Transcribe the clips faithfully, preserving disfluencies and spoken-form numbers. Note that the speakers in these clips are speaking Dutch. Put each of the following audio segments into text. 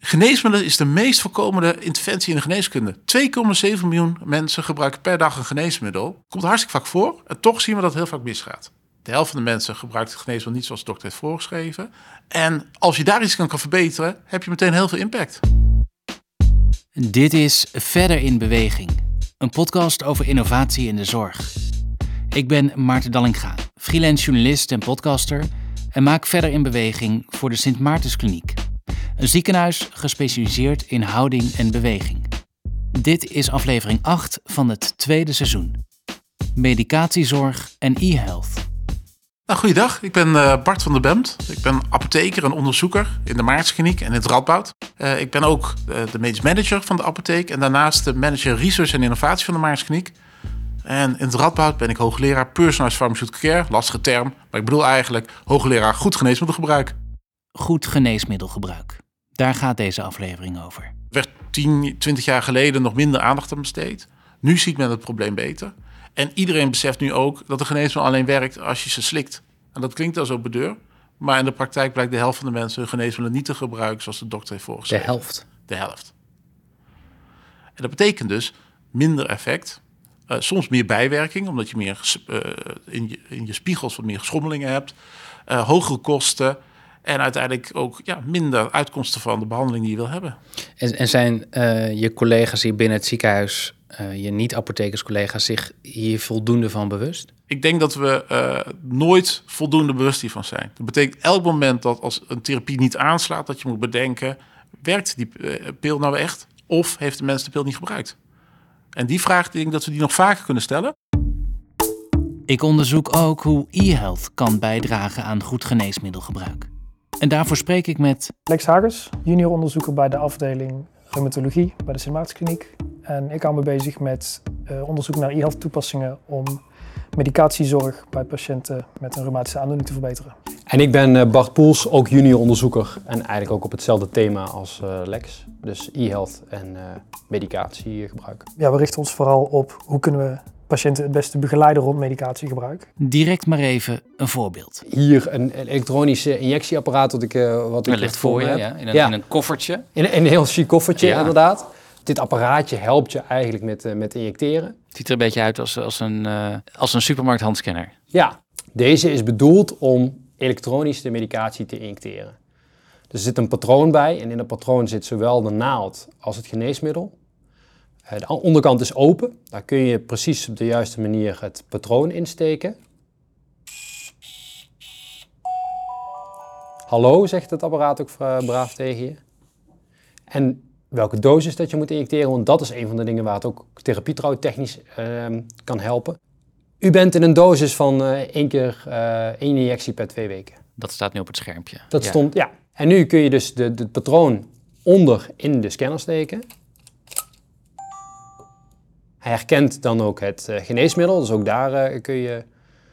Geneesmiddelen is de meest voorkomende interventie in de geneeskunde. twee komma zeven miljoen mensen gebruiken per dag een geneesmiddel. Komt hartstikke vaak voor en toch zien we dat het heel vaak misgaat. De helft van de mensen gebruikt het geneesmiddel niet zoals de dokter heeft voorgeschreven. En als je daar iets kan, kan verbeteren, heb je meteen heel veel impact. Dit is Verder in Beweging, een podcast over innovatie in de zorg. Ik ben Maarten Dallinga, freelance journalist en podcaster en maak Verder in Beweging voor de Sint Maartenskliniek. Een ziekenhuis gespecialiseerd in houding en beweging. Dit is aflevering acht van het tweede seizoen. Medicatiezorg en e-health. Nou, goeiedag, ik ben uh, Bart van der Bemt. Ik ben apotheker en onderzoeker in de Maartenskliniek en in het Radboud. Uh, ik ben ook uh, de medisch manager van de apotheek en daarnaast de manager research en innovatie van de Maartenskliniek. En in het Radboud ben ik hoogleraar personalized pharmaceutical care, lastige term, maar ik bedoel eigenlijk hoogleraar goed geneesmiddelgebruik. Goed geneesmiddelgebruik. Daar gaat deze aflevering over. Er werd tien, twintig jaar geleden nog minder aandacht aan besteed. Nu ziet men het probleem beter. En iedereen beseft nu ook dat een geneesmiddel alleen werkt als je ze slikt. En dat klinkt als ook bedeur. Maar in de praktijk blijkt de helft van de mensen hun geneesmiddelen niet te gebruiken zoals de dokter heeft voorgeschreven. De helft? De helft. En dat betekent dus minder effect. Uh, soms meer bijwerking, omdat je meer uh, in, je, in je spiegels wat meer schommelingen hebt. Uh, hogere kosten. En uiteindelijk ook ja, minder uitkomsten van de behandeling die je wil hebben. En, en zijn uh, je collega's hier binnen het ziekenhuis, uh, je niet-apothekerscollega's, zich hier voldoende van bewust? Ik denk dat we uh, nooit voldoende bewust hiervan zijn. Dat betekent elk moment dat als een therapie niet aanslaat, dat je moet bedenken, werkt die uh, pil nou echt? Of heeft de mens de pil niet gebruikt? En die vraag, denk ik dat we die nog vaker kunnen stellen. Ik onderzoek ook hoe e-health kan bijdragen aan goed geneesmiddelgebruik. En daarvoor spreek ik met Lex Hagers, junior onderzoeker bij de afdeling reumatologie bij de Sint Maartenskliniek. En ik hou me bezig met uh, onderzoek naar e-health toepassingen om medicatiezorg bij patiënten met een reumatische aandoening te verbeteren. En ik ben Bart Poels, ook junior onderzoeker en eigenlijk ook op hetzelfde thema als uh, Lex. Dus e-health en uh, medicatiegebruik. Ja, we richten ons vooral op hoe kunnen we patiënten het beste begeleiden rond medicatiegebruik. Direct maar even een voorbeeld. Hier een elektronische injectieapparaat wat ik, uh, wat ik ligt voor je, heb. Ja, in, een, ja. in een koffertje. In, in een heel chic koffertje, ja. Inderdaad. Dit apparaatje helpt je eigenlijk met, uh, met injecteren. Het ziet er een beetje uit als, als een, uh, als een supermarkthandscanner. Ja, deze is bedoeld om elektronisch de medicatie te injecteren. Er zit een patroon bij en in dat patroon zit zowel de naald als het geneesmiddel. De onderkant is open, daar kun je precies op de juiste manier het patroon insteken. Hallo, zegt het apparaat ook braaf tegen je. En welke dosis dat je moet injecteren, want dat is een van de dingen waar het ook therapietrouwtechnisch uh, kan helpen. U bent in een dosis van uh, één keer uh, één injectie per twee weken. Dat staat nu op het schermpje. Dat ja. stond, ja. En nu kun je dus de, de patroon onder in de scanner steken. Hij herkent dan ook het uh, geneesmiddel, dus ook daar uh, kun je...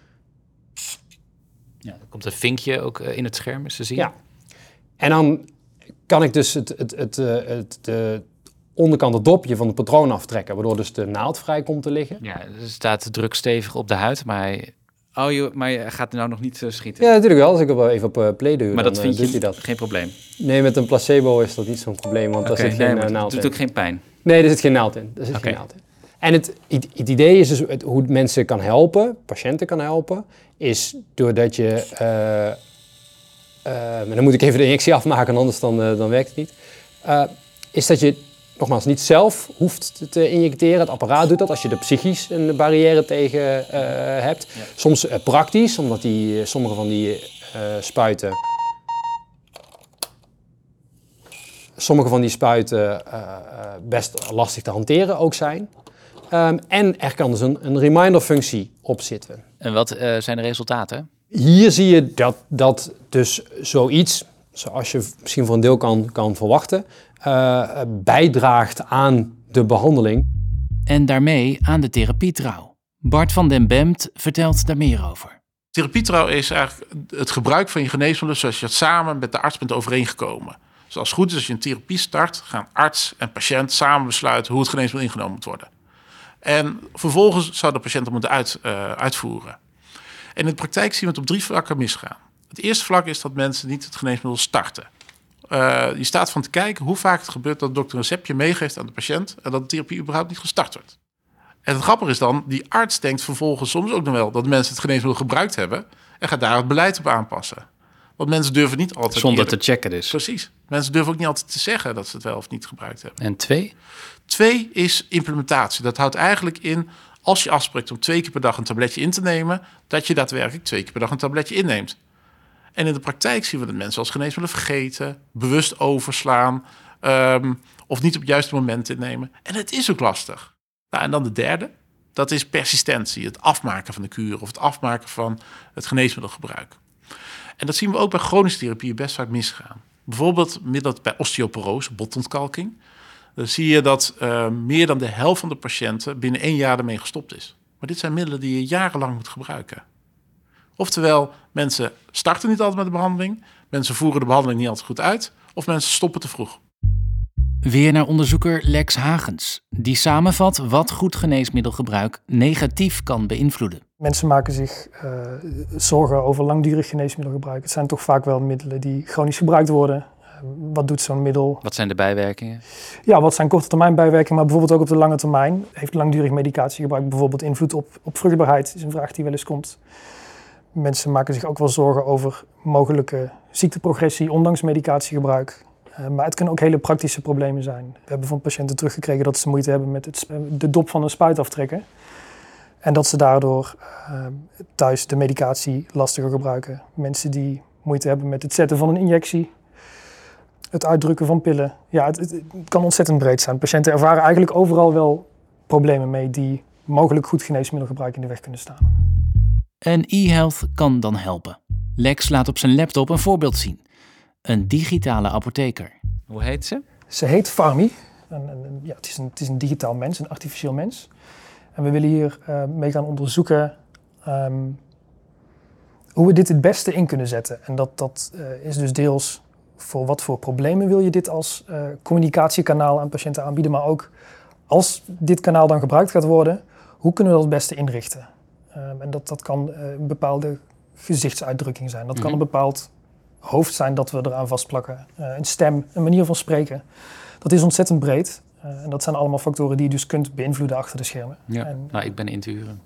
Ja, er komt een vinkje ook uh, in het scherm, is te zien. Ja. En dan kan ik dus het, het, het, uh, het de onderkant, het dopje van het patroon aftrekken, waardoor dus de naald vrij komt te liggen. Ja, er staat druk stevig op de huid, maar hij... Oh, joh, maar hij gaat er nou nog niet uh, schieten? Ja, natuurlijk wel. Als ik er even op uh, play doe, maar dan dat vind uh, je doet hij dat. Geen probleem? Nee, met een placebo is dat niet zo'n probleem, want okay, daar zit nee, geen uh, naald in. Het in. doet ook geen pijn? Nee, er zit geen naald in. Er zit okay. geen naald in. En het, het, het idee is dus het, hoe het mensen kan helpen, patiënten kan helpen, is doordat je... Uh, uh, maar dan moet ik even de injectie afmaken, anders dan, uh, dan werkt het niet. Uh, is dat je, nogmaals, niet zelf hoeft te injecteren. Het apparaat doet dat als je er psychisch een barrière tegen uh, hebt. Ja. Soms uh, praktisch, omdat die, sommige van die uh, spuiten... Sommige van die spuiten uh, uh, best lastig te hanteren ook zijn. Um, en er kan dus een, een reminder-functie op zitten. En wat uh, zijn de resultaten? Hier zie je dat, dat dus zoiets, zoals je misschien voor een deel kan, kan verwachten, uh, bijdraagt aan de behandeling. En daarmee aan de therapietrouw. Bart van den Bemt vertelt daar meer over. Therapietrouw is eigenlijk het gebruik van je geneesmiddelen zoals je het samen met de arts bent overeengekomen. Dus als het goed is, als je een therapie start, gaan arts en patiënt samen besluiten hoe het geneesmiddel ingenomen moet worden. En vervolgens zou de patiënt dat moeten uit, uh, uitvoeren. En in de praktijk zien we het op drie vlakken misgaan. Het eerste vlak is dat mensen niet het geneesmiddel starten. Uh, je staat van te kijken hoe vaak het gebeurt dat de dokter een receptje meegeeft aan de patiënt en dat de therapie überhaupt niet gestart wordt. En het grappige is dan, die arts denkt vervolgens soms ook nog wel dat mensen het geneesmiddel gebruikt hebben en gaat daar het beleid op aanpassen. Want mensen durven niet altijd... Zonder eerder... te checken dus. Precies. Mensen durven ook niet altijd te zeggen dat ze het wel of niet gebruikt hebben. En twee? Twee is implementatie. Dat houdt eigenlijk in, als je afspreekt om twee keer per dag een tabletje in te nemen, dat je daadwerkelijk twee keer per dag een tabletje inneemt. En in de praktijk zien we dat mensen als geneesmiddelen vergeten, bewust overslaan um, of niet op het juiste moment innemen. En het is ook lastig. Nou, en dan de derde, dat is persistentie. Het afmaken van de kuur of het afmaken van het geneesmiddelgebruik. En dat zien we ook bij chronische therapieën best vaak misgaan. Bijvoorbeeld middels bij osteoporose, botontkalking. Dan zie je dat uh, meer dan de helft van de patiënten binnen één jaar ermee gestopt is. Maar dit zijn middelen die je jarenlang moet gebruiken. Oftewel, mensen starten niet altijd met de behandeling, mensen voeren de behandeling niet altijd goed uit, of mensen stoppen te vroeg. Weer naar onderzoeker Lex Hagens, die samenvat wat goed geneesmiddelgebruik negatief kan beïnvloeden. Mensen maken zich uh, zorgen over langdurig geneesmiddelgebruik. Het zijn toch vaak wel middelen die chronisch gebruikt worden. Uh, wat doet zo'n middel? Wat zijn de bijwerkingen? Ja, wat zijn korte termijn bijwerkingen, maar bijvoorbeeld ook op de lange termijn. Heeft langdurig medicatiegebruik bijvoorbeeld invloed op, op vruchtbaarheid? Dat is een vraag die wel eens komt. Mensen maken zich ook wel zorgen over mogelijke ziekteprogressie, ondanks medicatiegebruik. Uh, maar het kunnen ook hele praktische problemen zijn. We hebben van patiënten teruggekregen dat ze moeite hebben met het, de dop van een spuit aftrekken. En dat ze daardoor uh, thuis de medicatie lastiger gebruiken. Mensen die moeite hebben met het zetten van een injectie, het uitdrukken van pillen. Ja, het, het, het kan ontzettend breed zijn. Patiënten ervaren eigenlijk overal wel problemen mee die mogelijk goed geneesmiddelgebruik in de weg kunnen staan. En e-health kan dan helpen. Lex laat op zijn laptop een voorbeeld zien. Een digitale apotheker. Hoe heet ze? Ze heet Farmi. En, en, ja, het, is een, het is een digitaal mens, een artificieel mens. En we willen hier uh, mee gaan onderzoeken um, hoe we dit het beste in kunnen zetten. En dat, dat uh, is dus deels voor wat voor problemen wil je dit als uh, communicatiekanaal aan patiënten aanbieden. Maar ook als dit kanaal dan gebruikt gaat worden, hoe kunnen we dat het beste inrichten? Um, en dat, dat kan uh, een bepaalde gezichtsuitdrukking zijn. Dat mm-hmm. kan een bepaald hoofd zijn dat we eraan vastplakken. Uh, een stem, een manier van spreken. Dat is ontzettend breed. Uh, en dat zijn allemaal factoren die je dus kunt beïnvloeden achter de schermen. Ja, en, nou, ik ben in te huren.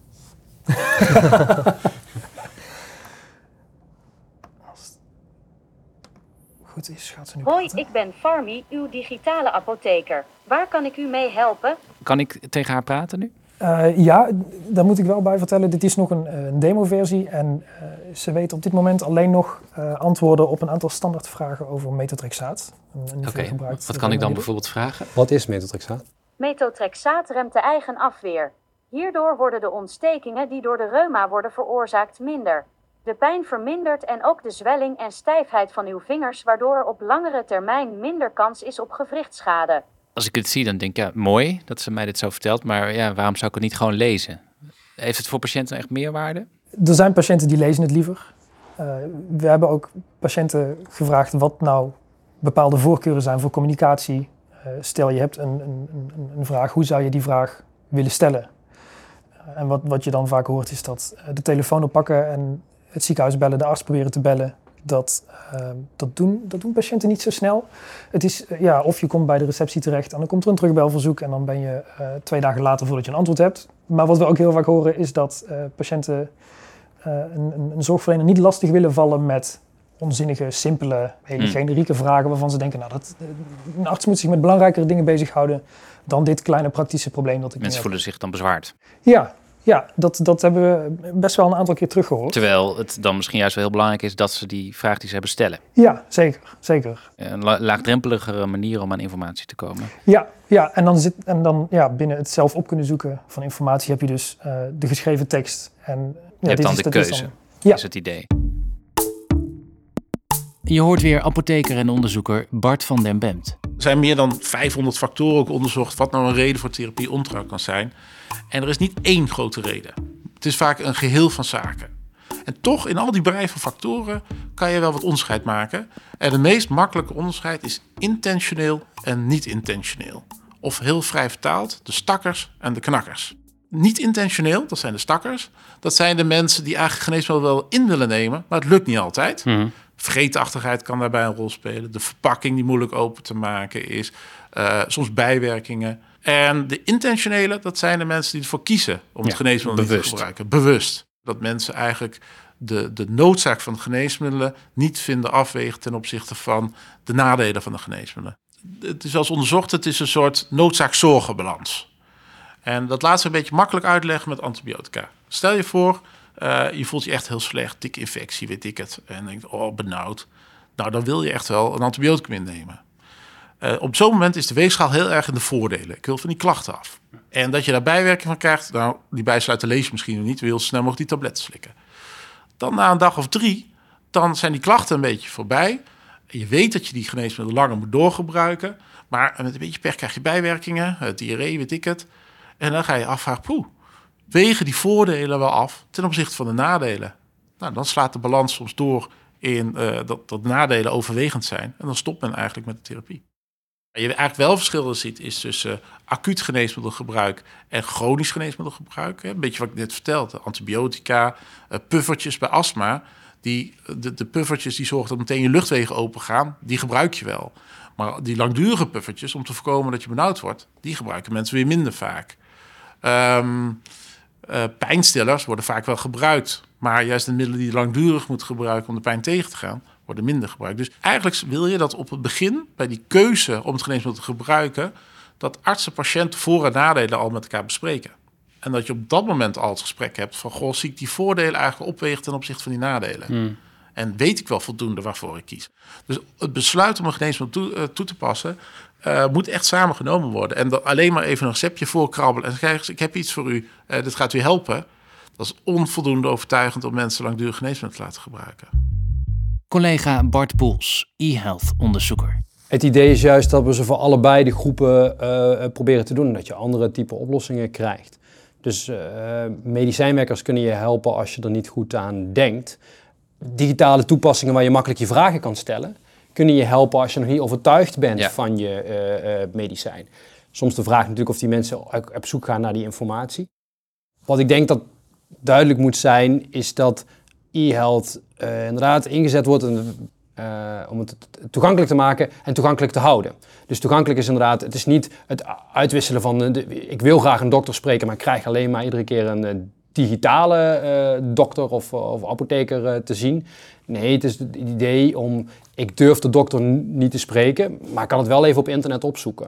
Als het goed is, gaat ze nu Hoi, praten. ik ben Farmi, uw digitale apotheker. Waar kan ik u mee helpen? Kan ik tegen haar praten nu? Uh, ja, daar moet ik wel bij vertellen. Dit is nog een, een demoversie en uh, ze weet op dit moment alleen nog uh, antwoorden op een aantal standaardvragen over metotrexaat. Oké, okay. Wat kan ik dan bijvoorbeeld vragen? Wat is metotrexaat? Metotrexaat remt de eigen afweer. Hierdoor worden de ontstekingen die door de reuma worden veroorzaakt minder. De pijn vermindert en ook de zwelling en stijfheid van uw vingers, waardoor er op langere termijn minder kans is op gewrichtschade. Als ik het zie, dan denk ik, ja, mooi dat ze mij dit zo vertelt, maar ja, waarom zou ik het niet gewoon lezen? Heeft het voor patiënten echt meerwaarde? Er zijn patiënten die lezen het liever. Uh, we hebben ook patiënten gevraagd wat nou bepaalde voorkeuren zijn voor communicatie. Uh, stel je hebt een, een, een, een vraag, hoe zou je die vraag willen stellen? Uh, en wat, wat je dan vaak hoort is dat uh, de telefoon oppakken en het ziekenhuis bellen, de arts proberen te bellen. Dat, uh, dat, doen, dat doen patiënten niet zo snel. Het is, uh, ja, of je komt bij de receptie terecht en dan komt er een terugbelverzoek en dan ben je uh, twee dagen later voordat je een antwoord hebt. Maar wat we ook heel vaak horen is dat uh, patiënten uh, een, een, een zorgverlener niet lastig willen vallen met onzinnige, simpele, hele hmm. generieke vragen waarvan ze denken, nou, dat, een arts moet zich met belangrijkere dingen bezighouden dan dit kleine praktische probleem dat ik Mensen voelen zich dan bezwaard. Ja. Ja, dat, dat hebben we best wel een aantal keer teruggehoord. Terwijl het dan misschien juist wel heel belangrijk is dat ze die vraag die ze hebben stellen. Ja, zeker. zeker. Een la- laagdrempeligere manier om aan informatie te komen. Ja, ja en dan, zit, en dan ja, binnen het zelf op kunnen zoeken van informatie heb je dus uh, de geschreven tekst. En, ja, je hebt dit dan is, de dat keuze, is, dan, ja. is het idee. Je hoort weer apotheker en onderzoeker Bart van den Bemt. Er zijn meer dan vijfhonderd factoren ook onderzocht wat nou een reden voor therapie ontrouw kan zijn. En er is niet één grote reden. Het is vaak een geheel van zaken. En toch, in al die brei van factoren kan je wel wat onderscheid maken. En het meest makkelijke onderscheid is intentioneel en niet intentioneel. Of heel vrij vertaald, de stakkers en de knakkers. Niet intentioneel, dat zijn de stakkers. Dat zijn de mensen die eigenlijk geneesmiddel wel in willen nemen, maar het lukt niet altijd. Mm-hmm. Vergeetachtigheid kan daarbij een rol spelen. De verpakking die moeilijk open te maken is. Uh, soms bijwerkingen. En de intentionele, dat zijn de mensen die ervoor kiezen om het ja, geneesmiddel niet te gebruiken. Bewust. Dat mensen eigenlijk de, de noodzaak van geneesmiddelen niet vinden afwegen ten opzichte van de nadelen van de geneesmiddelen. Het is wel eens onderzocht, het is een soort noodzaak-zorgenbalans. En dat laat ze een beetje makkelijk uitleggen met antibiotica. Stel je voor, uh, je voelt je echt heel slecht, dikke infectie, weet ik het. En denkt, oh, benauwd. Nou, dan wil je echt wel een antibioticum innemen. Uh, op zo'n moment is de weegschaal heel erg in de voordelen. Ik wil van die klachten af. En dat je daar bijwerking van krijgt, nou, die bijsluiten lees je misschien nog niet. Wil je snel mogelijk die tabletten slikken. Dan na een dag of drie, dan zijn die klachten een beetje voorbij. Je weet dat je die geneesmiddelen langer moet doorgebruiken. Maar met een beetje pech krijg je bijwerkingen, uh, diarree, weet ik het. En dan ga je afvragen, poeh, wegen die voordelen wel af ten opzichte van de nadelen? Nou, dan slaat de balans soms door in uh, dat, dat de nadelen overwegend zijn. En dan stopt men eigenlijk met de therapie. Waar je eigenlijk wel verschillen ziet is tussen uh, acuut geneesmiddelgebruik en chronisch geneesmiddelgebruik. Hè. Een beetje wat ik net vertelde. Antibiotica, uh, puffertjes bij astma. Die, de, de puffertjes die zorgen dat meteen je luchtwegen open gaan, die gebruik je wel. Maar die langdurige puffertjes, om te voorkomen dat je benauwd wordt, die gebruiken mensen weer minder vaak. Um, uh, pijnstillers worden vaak wel gebruikt. Maar juist de middelen die je langdurig moet gebruiken om de pijn tegen te gaan, worden minder gebruikt. Dus eigenlijk wil je dat op het begin, bij die keuze om het geneesmiddel te gebruiken, dat arts en patiënt voor- en nadelen al met elkaar bespreken. En dat je op dat moment al het gesprek hebt van, goh, zie ik die voordelen eigenlijk opwegen ten opzichte van die nadelen? Hmm. En weet ik wel voldoende waarvoor ik kies? Dus het besluit om een geneesmiddel toe, uh, toe te passen, uh, moet echt samen genomen worden. En dat alleen maar even een receptje voorkrabbelen en zeggen, ik heb iets voor u, uh, dit gaat u helpen. Dat is onvoldoende overtuigend om mensen langdurig geneesmiddelen te laten gebruiken. Collega Bart Poels, e-health-onderzoeker. Het idee is juist dat we ze voor allebei de groepen uh, proberen te doen. En dat je andere type oplossingen krijgt. Dus uh, medicijnwerkers kunnen je helpen als je er niet goed aan denkt. Digitale toepassingen waar je makkelijk je vragen kan stellen, kunnen je helpen als je nog niet overtuigd bent ja. van je uh, uh, medicijn. Soms de vraag natuurlijk of die mensen op zoek gaan naar die informatie. Wat ik denk dat duidelijk moet zijn, is dat e-health uh, inderdaad ingezet wordt en, uh, om het toegankelijk te maken en toegankelijk te houden. Dus toegankelijk is inderdaad, het is niet het uitwisselen van, de, ik wil graag een dokter spreken, maar ik krijg alleen maar iedere keer een uh, digitale uh, dokter of, of apotheker uh, te zien. Nee, het is het idee om, ik durf de dokter n- niet te spreken, maar ik kan het wel even op internet opzoeken.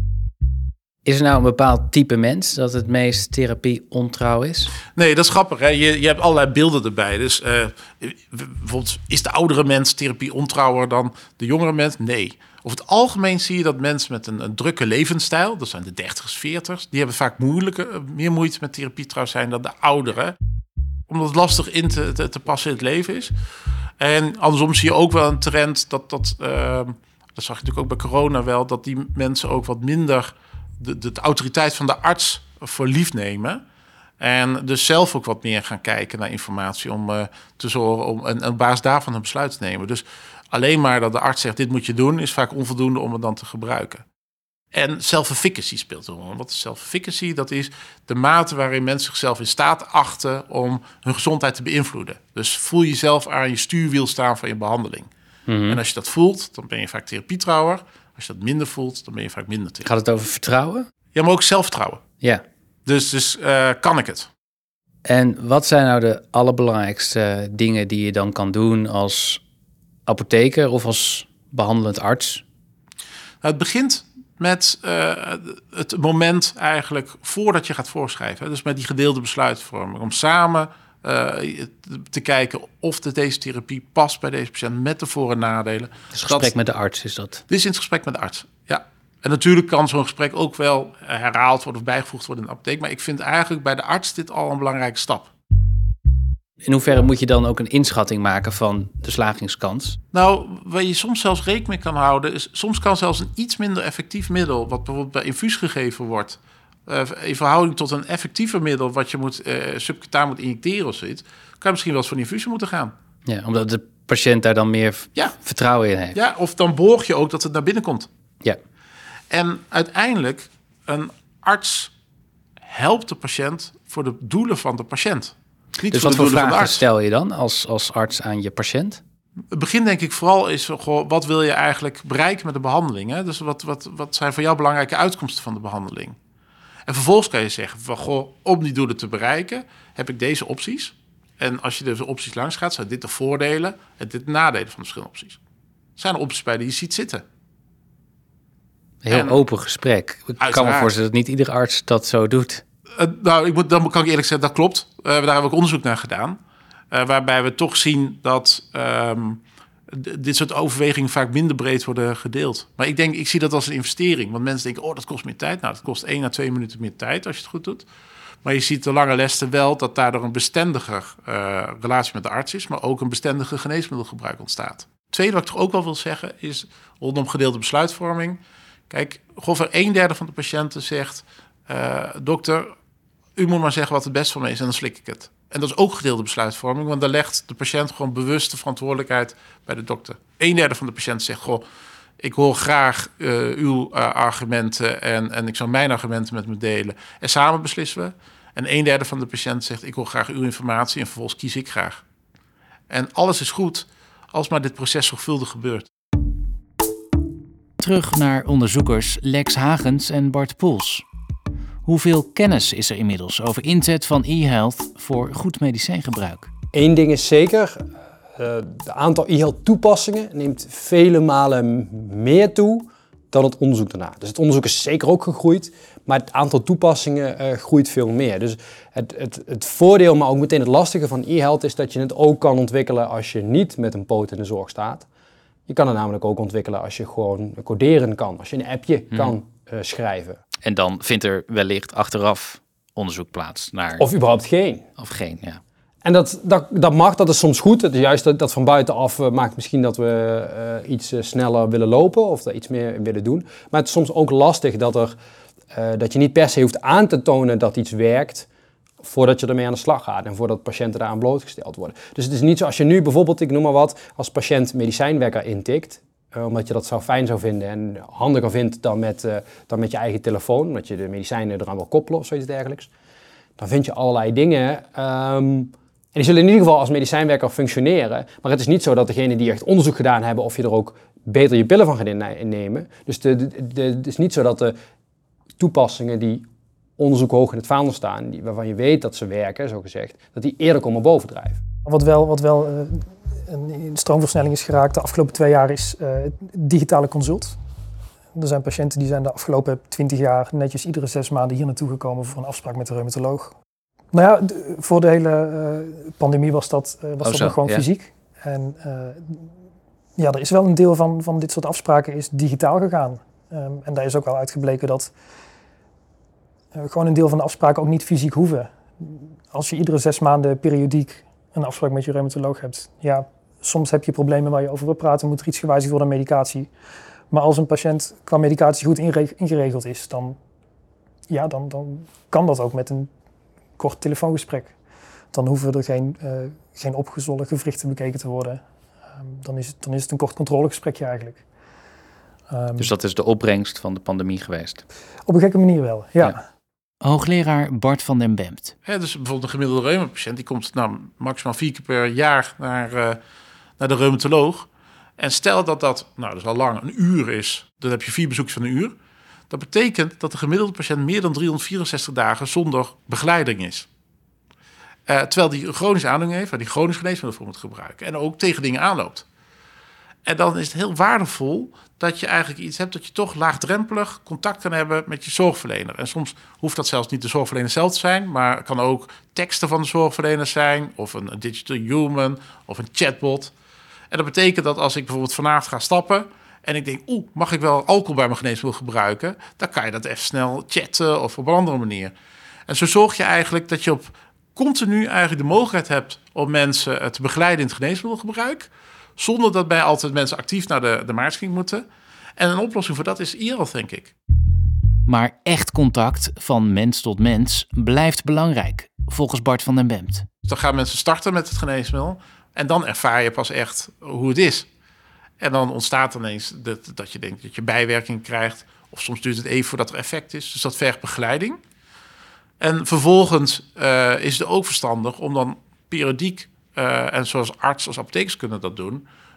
Is er nou een bepaald type mens dat het meest therapie-ontrouw is? Nee, dat is grappig. Hè? Je, je hebt allerlei beelden erbij. Dus uh, bijvoorbeeld, is de oudere mens therapie-ontrouwer dan de jongere mens? Nee. Over het algemeen zie je dat mensen met een, een drukke levensstijl, dat zijn de dertigers, veertigers, die hebben vaak moeilijker, meer moeite met therapie trouwens zijn dan de ouderen. Omdat het lastig in te, te, te passen in het leven is. En andersom zie je ook wel een trend dat, dat, uh, dat zag je natuurlijk ook bij corona wel, dat die mensen ook wat minder de, de, de autoriteit van de arts voor lief nemen. En dus zelf ook wat meer gaan kijken naar informatie om uh, te zorgen om en, en op basis daarvan een besluit te nemen. Dus alleen maar dat de arts zegt, dit moet je doen, is vaak onvoldoende om het dan te gebruiken. En self-efficacy speelt een rol. Wat is self-efficacy? Dat is de mate waarin mensen zichzelf in staat achten om hun gezondheid te beïnvloeden. Dus voel jezelf aan je stuurwiel staan van je behandeling. Mm-hmm. En als je dat voelt, dan ben je vaak therapietrouwer. Als je dat minder voelt, dan ben je vaak minder therapeut. Gaat het over vertrouwen? Ja, maar ook zelfvertrouwen. Ja. Dus, dus uh, kan ik het? En wat zijn nou de allerbelangrijkste dingen die je dan kan doen als apotheker of als behandelend arts? Nou, het begint met uh, het moment eigenlijk voordat je gaat voorschrijven. Dus met die gedeelde besluitvorming. Om samen uh, te kijken of de, deze therapie past bij deze patiënt met de voor- en nadelen. Dus gesprek dat, met de arts is dat? Dit is in het gesprek met de arts, ja. En natuurlijk kan zo'n gesprek ook wel herhaald worden of bijgevoegd worden in de apotheek. Maar ik vind eigenlijk bij de arts dit al een belangrijke stap. In hoeverre moet je dan ook een inschatting maken van de slagingskans? Nou, waar je soms zelfs rekening mee kan houden, is soms kan zelfs een iets minder effectief middel, wat bijvoorbeeld bij infuus gegeven wordt, uh, in verhouding tot een effectiever middel wat je moet, uh, subcutaan moet injecteren of zoiets, kan je misschien wel eens voor een infusie moeten gaan. Ja, omdat de patiënt daar dan meer ja. vertrouwen in heeft. Ja, of dan borg je ook dat het naar binnen komt. Ja. En uiteindelijk, een arts helpt de patiënt voor de doelen van de patiënt. Niet dus voor wat de voor vragen van de arts. Stel je dan als, als arts aan je patiënt? Het begin denk ik vooral is, goh, wat wil je eigenlijk bereiken met de behandeling? Hè? Dus wat, wat, wat zijn voor jou belangrijke uitkomsten van de behandeling? En vervolgens kan je zeggen, van, goh, om die doelen te bereiken, heb ik deze opties. En als je deze opties langs gaat, zijn dit de voordelen en dit de nadelen van de verschillende opties. Er zijn er opties bij die je ziet zitten. Heel en, open gesprek. Ik uiteraard. kan me voorstellen dat niet iedere arts dat zo doet. Uh, nou, ik moet, dan kan ik eerlijk zeggen, dat klopt. Uh, daar hebben we ook onderzoek naar gedaan. Uh, waarbij we toch zien dat um, d- dit soort overwegingen vaak minder breed worden gedeeld. Maar ik denk, ik zie dat als een investering. Want mensen denken, oh, dat kost meer tijd. Nou, dat kost één à twee minuten meer tijd als je het goed doet. Maar je ziet de lange lessen wel dat daardoor een bestendiger uh, relatie met de arts is, maar ook een bestendiger geneesmiddelgebruik ontstaat. Het tweede wat ik toch ook wel wil zeggen is rondom gedeelde besluitvorming. Kijk, ongeveer een derde van de patiënten zegt, uh, dokter, u moet maar zeggen wat het best voor mij is en dan slik ik het. En dat is ook gedeelde besluitvorming, want dan legt de patiënt gewoon bewust de verantwoordelijkheid bij de dokter. Een derde van de patiënten zegt, goh, ik hoor graag uh, uw uh, argumenten en, en ik zou mijn argumenten met me delen. En samen beslissen we. En een derde van de patiënten zegt, ik hoor graag uw informatie en vervolgens kies ik graag. En alles is goed als maar dit proces zorgvuldig gebeurt. Terug naar onderzoekers Lex Hagens en Bart Poels. Hoeveel kennis is er inmiddels over inzet van e-health voor goed medicijngebruik? Eén ding is zeker, het uh, aantal e-health toepassingen neemt vele malen meer toe dan het onderzoek daarna. Dus het onderzoek is zeker ook gegroeid, maar het aantal toepassingen uh, groeit veel meer. Dus het, het, het voordeel, maar ook meteen het lastige van e-health is dat je het ook kan ontwikkelen als je niet met een poot in de zorg staat. Je kan het namelijk ook ontwikkelen als je gewoon coderen kan, als je een appje hmm. kan uh, schrijven. En dan vindt er wellicht achteraf onderzoek plaats naar... Of überhaupt geen. Of geen, ja. En dat, dat, dat mag, dat is soms goed. Dat is juist dat, dat van buitenaf uh, maakt misschien dat we uh, iets uh, sneller willen lopen of daar iets meer willen doen. Maar het is soms ook lastig dat, er, uh, dat je niet per se hoeft aan te tonen dat iets werkt voordat je ermee aan de slag gaat en voordat patiënten daaraan blootgesteld worden. Dus het is niet zo als je nu bijvoorbeeld, ik noem maar wat, als patiënt medicijnwekker intikt, uh, omdat je dat zo fijn zou vinden en handiger vindt dan met, uh, dan met je eigen telefoon, omdat je de medicijnen eraan wil koppelen of zoiets dergelijks. Dan vind je allerlei dingen... Um, En die zullen in ieder geval als medicijnwerker functioneren. Maar het is niet zo dat degenen die echt onderzoek gedaan hebben of je er ook beter je pillen van gaat innemen. Dus de, de, de, het is niet zo dat de toepassingen die onderzoek hoog in het vaandel staan, die, waarvan je weet dat ze werken, zo gezegd, dat die eerder komen bovendrijven. Wat wel, wat wel uh, een stroomversnelling is geraakt de afgelopen twee jaar is uh, digitale consult. Er zijn patiënten die zijn de afgelopen twintig jaar netjes iedere zes maanden hier naartoe gekomen voor een afspraak met de reumatoloog. Nou ja, d- voor de hele uh, pandemie was dat, uh, was oh, dat zo, nog gewoon ja. fysiek. En uh, ja, er is wel een deel van, van dit soort afspraken is digitaal gegaan. Um, en daar is ook al uitgebleken dat uh, gewoon een deel van de afspraken ook niet fysiek hoeven. Als je iedere zes maanden periodiek een afspraak met je reumatoloog hebt, ja, soms heb je problemen waar je over wil praten, moet er iets gewijzigd worden aan medicatie. Maar als een patiënt qua medicatie goed inre- ingeregeld is, dan, ja, dan, dan kan dat ook met een kort telefoongesprek. Dan hoeven er geen, uh, geen opgezwollen gewrichten bekeken te worden. Um, dan, is het, dan is het een kort controlegesprekje eigenlijk. Um, Dus dat is de opbrengst van de pandemie geweest? Op een gekke manier wel, ja. Ja. Hoogleraar Bart van den Bemt. Ja, dus bijvoorbeeld een gemiddelde reumapatiënt, die komt nou, maximaal vier keer per jaar naar, uh, naar de reumatoloog. En stel dat dat, nou dat is al lang, een uur is. Dan heb je vier bezoekjes van een uur. Dat betekent dat de gemiddelde patiënt meer dan driehonderdvierenzestig dagen zonder begeleiding is. Uh, terwijl die een chronische aandoening heeft, waar die chronisch geneesmiddel voor moet gebruiken. En ook tegen dingen aanloopt. En dan is het heel waardevol dat je eigenlijk iets hebt dat je toch laagdrempelig contact kan hebben met je zorgverlener. En soms hoeft dat zelfs niet de zorgverlener zelf te zijn, maar het kan ook teksten van de zorgverlener zijn, of een digital human, of een chatbot. En dat betekent dat als ik bijvoorbeeld vanavond ga stappen en ik denk, oeh, mag ik wel alcohol bij mijn geneesmiddel gebruiken? Dan kan je dat even snel chatten of op een andere manier. En zo zorg je eigenlijk dat je op continu eigenlijk de mogelijkheid hebt om mensen te begeleiden in het geneesmiddelgebruik, zonder dat bij altijd mensen actief naar de, de maatschappij moeten. En een oplossing voor dat is e-health, denk ik. Maar echt contact van mens tot mens blijft belangrijk, volgens Bart van den Bemt. Dus dan gaan mensen starten met het geneesmiddel en dan ervaar je pas echt hoe het is. En dan ontstaat ineens dat, dat je denkt dat je bijwerking krijgt, of soms duurt het even voordat er effect is. Dus dat vergt begeleiding. En vervolgens uh, is het ook verstandig om dan periodiek, uh, en zoals arts als apothekers kunnen dat doen,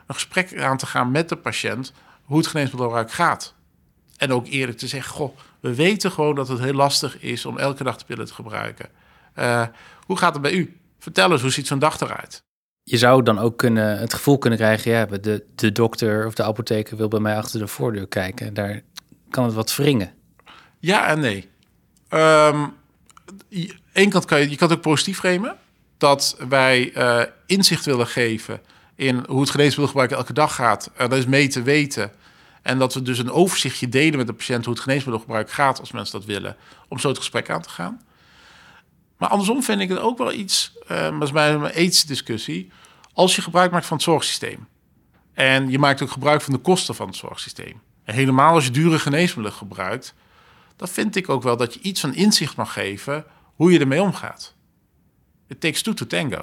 een gesprek aan te gaan met de patiënt hoe het geneesmiddelgebruik gaat. En ook eerlijk te zeggen, goh, we weten gewoon dat het heel lastig is om elke dag de pillen te gebruiken. Uh, hoe gaat het bij u? Vertel eens, hoe ziet zo'n dag eruit? Je zou dan ook kunnen, het gevoel kunnen krijgen, ja, de, de dokter of de apotheker wil bij mij achter de voordeur kijken. Daar kan het wat wringen. Ja en nee. Um, Eén kant kan je, je kan het ook positief framen. Dat wij uh, inzicht willen geven in hoe het geneesmiddelgebruik elke dag gaat. En dat is mee te weten. En dat we dus een overzichtje delen met de patiënt hoe het geneesmiddelgebruik gaat als mensen dat willen. Om zo het gesprek aan te gaan. Maar andersom vind ik het ook wel iets, uh, maar dat is bij een ethische discussie. Als je gebruik maakt van het zorgsysteem. En je maakt ook gebruik van de kosten van het zorgsysteem. En helemaal als je dure geneesmiddelen gebruikt. Dan vind ik ook wel dat je iets van inzicht mag geven hoe je ermee omgaat. It takes two to tango.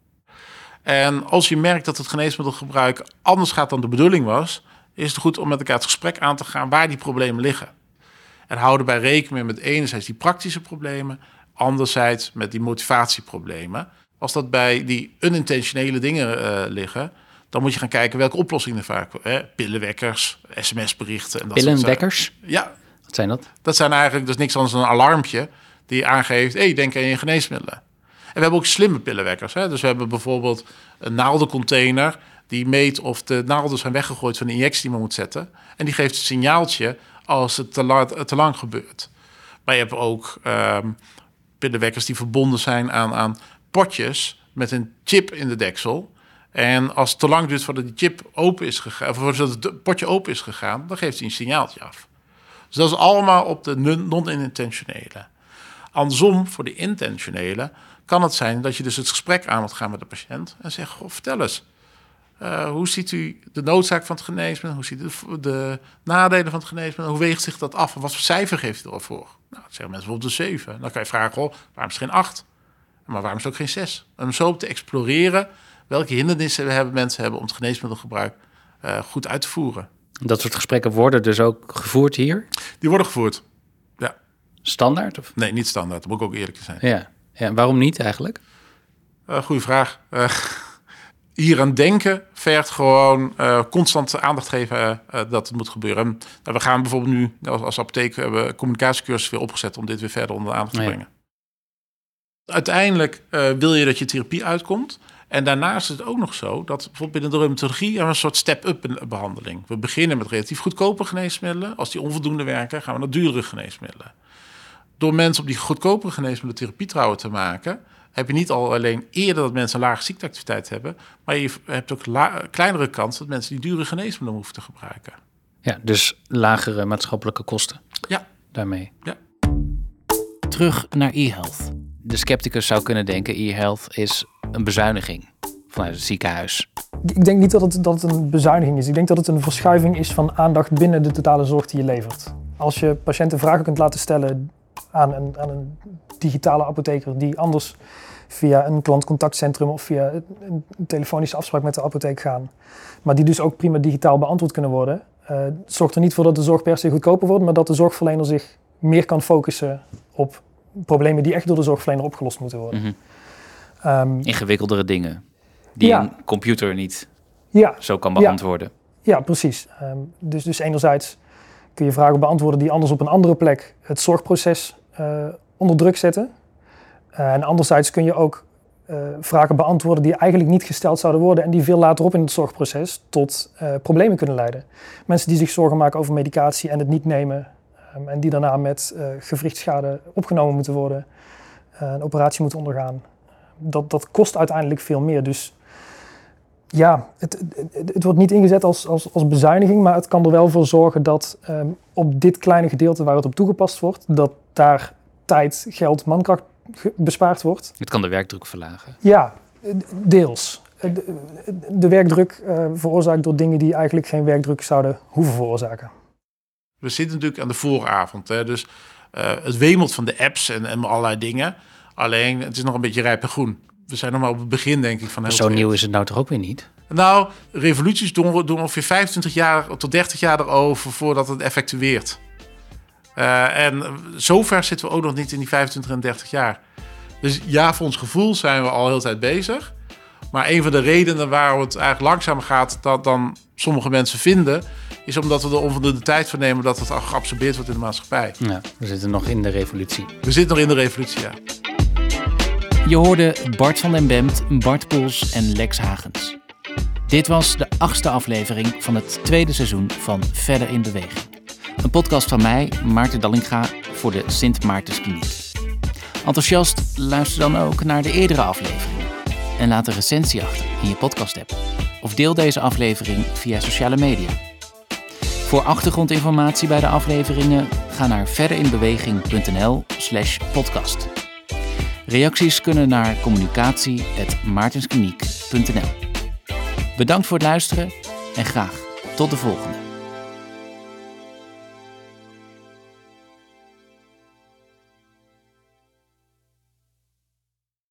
En als je merkt dat het geneesmiddelgebruik anders gaat dan de bedoeling was, is het goed om met elkaar het gesprek aan te gaan waar die problemen liggen. En houden bij rekening met enerzijds die praktische problemen, anderzijds met die motivatieproblemen. Als dat bij die unintentionele dingen uh, liggen, dan moet je gaan kijken welke oplossingen er vaak hè, pillenwekkers, sms-berichten. En dat pillenwekkers? Ja. Wat zijn dat? Dat zijn eigenlijk dus niks anders dan een alarmpje die aangeeft, hé, hey, denk aan je geneesmiddelen. En we hebben ook slimme pillenwekkers. Hè? Dus we hebben bijvoorbeeld een naaldencontainer die meet of de naalden zijn weggegooid van de injectie die men moet zetten. En die geeft een signaaltje als het te, la- te lang gebeurt. Maar je hebt ook um, pillenwekkers die verbonden zijn aan, aan potjes met een chip in de deksel. En als het te lang duurt voordat die chip open is gegaan, of voordat het potje open is gegaan, dan geeft hij een signaaltje af. Dus dat is allemaal op de non-intentionele. Andersom, voor de intentionele, kan het zijn dat je dus het gesprek aan moet gaan met de patiënt en zegt, goh, vertel eens, uh, hoe ziet u de noodzaak van het geneesmiddel? Hoe ziet u de, de nadelen van het geneesmiddel? Hoe weegt zich dat af? En wat voor cijfer geeft u ervoor? Nou, dat zeggen mensen bijvoorbeeld een zeven. Dan kan je vragen, goh, waarom is het geen acht? Maar waarom is het ook geen zes? Om zo te exploreren welke hindernissen we hebben, mensen hebben om het geneesmiddelgebruik uh, goed uit te voeren. Dat soort gesprekken worden dus ook gevoerd hier? Die worden gevoerd, ja. Standaard? Of? Nee, niet standaard. Dat moet ik ook eerlijk zijn. Ja, ja, waarom niet eigenlijk? Uh, goeie vraag. Uh, hier aan denken vergt gewoon uh, constant aandacht geven uh, dat het moet gebeuren. En, uh, we gaan bijvoorbeeld nu als, als apotheek hebben communicatiecursus weer opgezet om dit weer verder onder de aandacht te nee. brengen. Uiteindelijk uh, wil je dat je therapie uitkomt. En daarnaast is het ook nog zo dat bijvoorbeeld binnen de reumatologie hebben we een soort step-up behandeling. We beginnen met relatief goedkope geneesmiddelen. Als die onvoldoende werken, gaan we naar duurdere geneesmiddelen. Door mensen op die goedkopere geneesmiddelen therapie trouwen te maken, heb je niet al alleen eerder dat mensen een lage ziekteactiviteit hebben, maar je hebt ook la- kleinere kans dat mensen die dure geneesmiddelen hoeven te gebruiken. Ja, dus lagere maatschappelijke kosten. Ja. Daarmee. Ja. Terug naar e-health. De scepticus zou kunnen denken, e-health is een bezuiniging vanuit het ziekenhuis. Ik denk niet dat het, dat het een bezuiniging is. Ik denk dat het een verschuiving is van aandacht binnen de totale zorg die je levert. Als je patiënten vragen kunt laten stellen aan een, aan een digitale apotheker die anders via een klantcontactcentrum of via een telefonische afspraak met de apotheek gaan, maar die dus ook prima digitaal beantwoord kunnen worden, uh, zorgt er niet voor dat de zorg per se goedkoper wordt, maar dat de zorgverlener zich meer kan focussen op problemen die echt door de zorgverlener opgelost moeten worden. Mm-hmm. Um, Ingewikkeldere dingen die ja. een computer niet ja. zo kan beantwoorden. Ja, ja precies. Um, dus, dus enerzijds kun je vragen beantwoorden die anders op een andere plek het zorgproces uh, onder druk zetten. Uh, en anderzijds kun je ook uh, vragen beantwoorden die eigenlijk niet gesteld zouden worden en die veel later op in het zorgproces tot uh, problemen kunnen leiden. Mensen die zich zorgen maken over medicatie en het niet nemen um, en die daarna met uh, gewrichtsschade opgenomen moeten worden, uh, een operatie moeten ondergaan. Dat, dat kost uiteindelijk veel meer. Dus ja, het, het, het wordt niet ingezet als, als, als bezuiniging, maar het kan er wel voor zorgen dat um, op dit kleine gedeelte waar het op toegepast wordt, dat daar tijd, geld, mankracht bespaard wordt. Het kan de werkdruk verlagen. Ja, deels. De, de werkdruk uh, veroorzaakt door dingen die eigenlijk geen werkdruk zouden hoeven veroorzaken. We zitten natuurlijk aan de vooravond, hè? Dus uh, het wemelt van de apps en, en allerlei dingen. Alleen, het is nog een beetje rijp en groen. We zijn nog maar op het begin, denk ik, van heel Zo nieuw is het nou toch ook weer niet? Nou, revoluties doen, doen ongeveer vijfentwintig jaar tot dertig jaar erover voordat het effectueert. Uh, en zover zitten we ook nog niet in die vijfentwintig en dertig jaar. Dus ja, voor ons gevoel zijn we al heel de tijd bezig. Maar een van de redenen waarom het eigenlijk langzamer gaat dan, dan sommige mensen vinden, is omdat we er onvoldoende de tijd voor nemen dat het al geabsorbeerd wordt in de maatschappij. Ja, we zitten nog in de revolutie. We zitten nog in de revolutie, ja. Je hoorde Bart van den Bemt, Bart Poels en Lex Hagens. Dit was de achtste aflevering van het tweede seizoen van Verder in Beweging. Een podcast van mij, Maarten Dallinga, voor de Sint Maartenskliniek. Enthousiast, luister dan ook naar de eerdere afleveringen. En laat een recensie achter in je podcast-app. Of deel deze aflevering via sociale media. Voor achtergrondinformatie bij de afleveringen ga naar verderinbeweging.nl slash podcast. Reacties kunnen naar communicatie apenstaartje maartenskliniek punt n l. Bedankt voor het luisteren en graag tot de volgende.